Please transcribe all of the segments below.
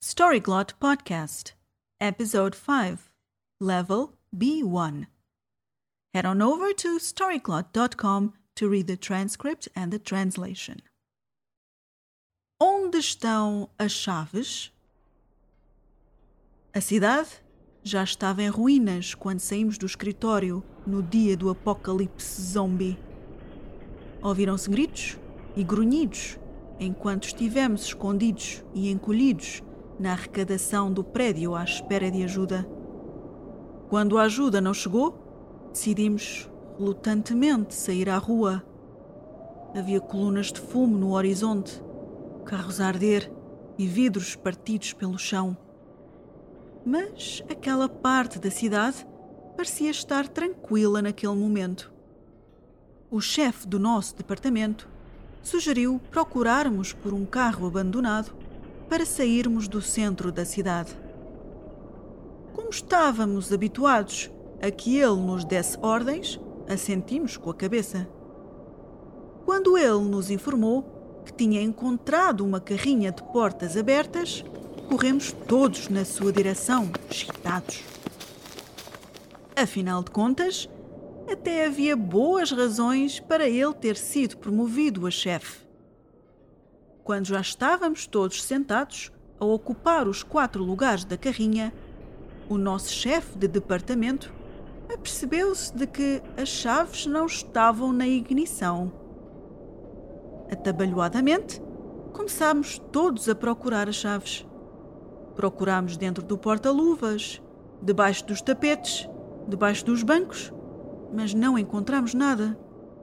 Storyglot Podcast, Episode 5, Level B1. Head on over to storyglot.com to read the transcript and the translation. Onde estão as chaves? A cidade já estava em ruínas quando saímos do escritório no dia do apocalipse zombie. Ouviram-se gritos e grunhidos enquanto estivemos escondidos e encolhidos na arrecadação do prédio à espera de ajuda. Quando a ajuda não chegou, decidimos relutantemente sair à rua. Havia colunas de fumo no horizonte, carros a arder e vidros partidos pelo chão. Mas aquela parte da cidade parecia estar tranquila naquele momento. O chefe do nosso departamento sugeriu procurarmos por um carro abandonado para sairmos do centro da cidade. Como estávamos habituados a que ele nos desse ordens, assentimos com a cabeça. Quando ele nos informou que tinha encontrado uma carrinha de portas abertas, corremos todos na sua direção, excitados. Afinal de contas, até havia boas razões para ele ter sido promovido a chefe. Quando já estávamos todos sentados a ocupar os 4 lugares da carrinha, o nosso chefe de departamento apercebeu-se de que as chaves não estavam na ignição. Atabalhoadamente, começámos todos a procurar as chaves. Procurámos dentro do porta-luvas, debaixo dos tapetes, debaixo dos bancos, mas não encontramos nada.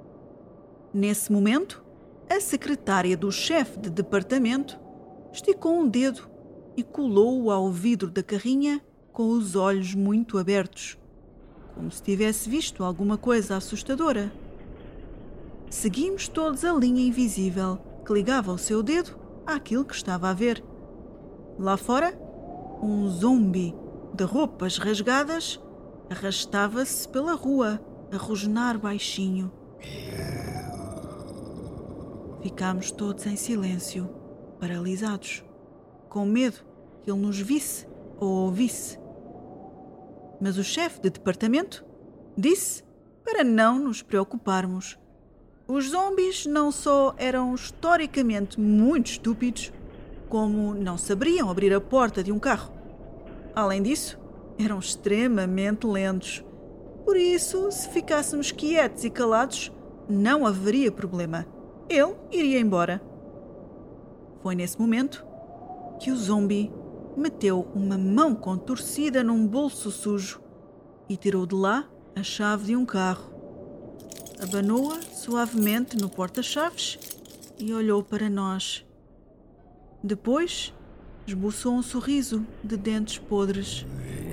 Nesse momento, a secretária do chefe de departamento esticou um dedo e colou-o ao vidro da carrinha com os olhos muito abertos, como se tivesse visto alguma coisa assustadora. Seguimos todos a linha invisível que ligava o seu dedo àquilo que estava a ver. Lá fora, um zombi de roupas rasgadas arrastava-se pela rua a rosnar baixinho. Ficámos todos em silêncio, paralisados, com medo que ele nos visse ou ouvisse. Mas o chefe de departamento disse para não nos preocuparmos. Os zombies não só eram historicamente muito estúpidos, como não saberiam abrir a porta de um carro. Além disso, eram extremamente lentos. Por isso, se ficássemos quietos e calados, não haveria problema. Ele iria embora. Foi nesse momento que o zombi meteu uma mão contorcida num bolso sujo e tirou de lá a chave de um carro. Abanou-a suavemente no porta-chaves e olhou para nós. Depois, esboçou um sorriso de dentes podres.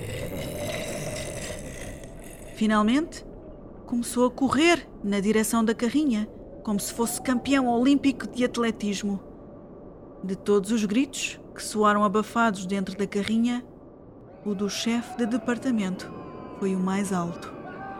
Finalmente, começou a correr na direção da carrinha, como se fosse campeão olímpico de atletismo. De todos os gritos que soaram abafados dentro da carrinha, o do chefe de departamento foi o mais alto.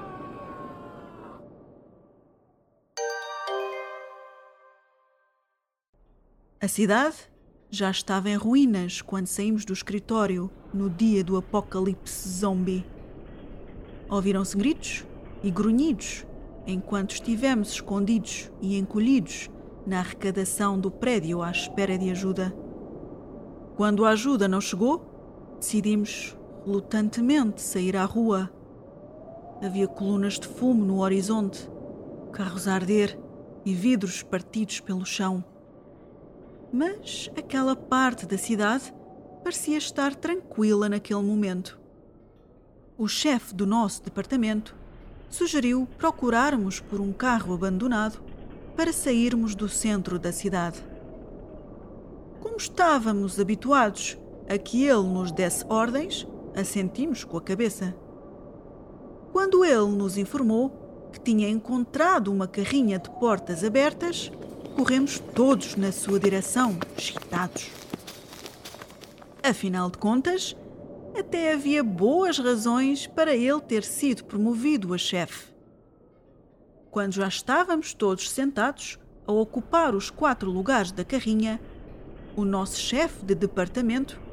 A cidade já estava em ruínas quando saímos do escritório no dia do apocalipse zombie. Ouviram-se gritos e grunhidos enquanto estivemos escondidos e encolhidos na arrecadação do prédio à espera de ajuda. Quando a ajuda não chegou, decidimos relutantemente sair à rua. Havia colunas de fumo no horizonte, carros a arder e vidros partidos pelo chão. Mas aquela parte da cidade parecia estar tranquila naquele momento. O chefe do nosso departamento sugeriu procurarmos por um carro abandonado para sairmos do centro da cidade. Como estávamos habituados a que ele nos desse ordens, assentimos com a cabeça. Quando ele nos informou que tinha encontrado uma carrinha de portas abertas, corremos todos na sua direção, excitados. Afinal de contas, até havia boas razões para ele ter sido promovido a chefe. Quando já estávamos todos sentados a ocupar os 4 lugares da carrinha, o nosso chefe de departamento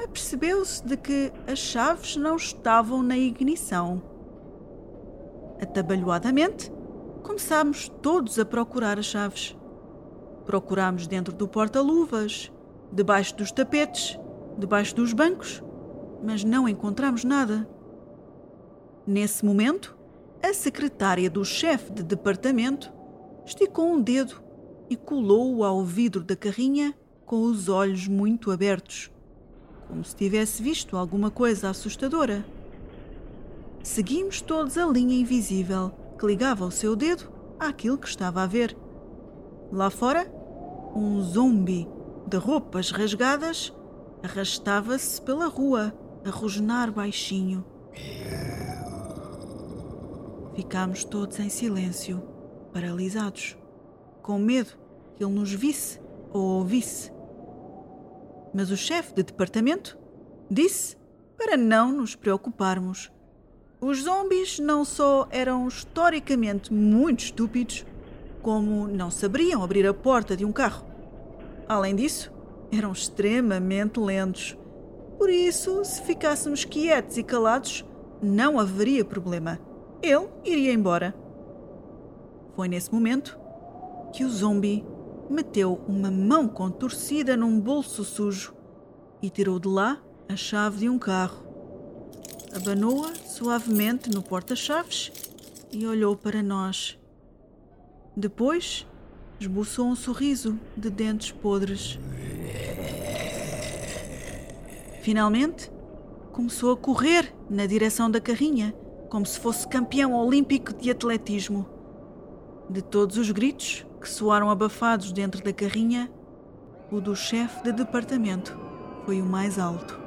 apercebeu-se de que as chaves não estavam na ignição. Atabalhoadamente, começámos todos a procurar as chaves. Procurámos dentro do porta-luvas, debaixo dos tapetes, debaixo dos bancos, mas não encontramos nada. Nesse momento, a secretária do chefe de departamento esticou um dedo e colou-o ao vidro da carrinha com os olhos muito abertos, como se tivesse visto alguma coisa assustadora. Seguimos todos a linha invisível que ligava o seu dedo àquilo que estava a ver. Lá fora, um zombi de roupas rasgadas arrastava-se pela rua, a rosnar baixinho. Ficámos todos em silêncio, paralisados, com medo que ele nos visse ou ouvisse. Mas o chefe de departamento disse para não nos preocuparmos. Os zombies não só eram historicamente muito estúpidos, como não saberiam abrir a porta de um carro. Além disso, eram extremamente lentos. Por isso, se ficássemos quietos e calados, não haveria problema. Ele iria embora. Foi nesse momento que o zombi meteu uma mão contorcida num bolso sujo e tirou de lá a chave de um carro. Abanou-a suavemente no porta-chaves e olhou para nós. Depois, esboçou um sorriso de dentes podres. Finalmente, começou a correr na direção da carrinha, como se fosse campeão olímpico de atletismo. De todos os gritos que soaram abafados dentro da carrinha, o do chefe de departamento foi o mais alto.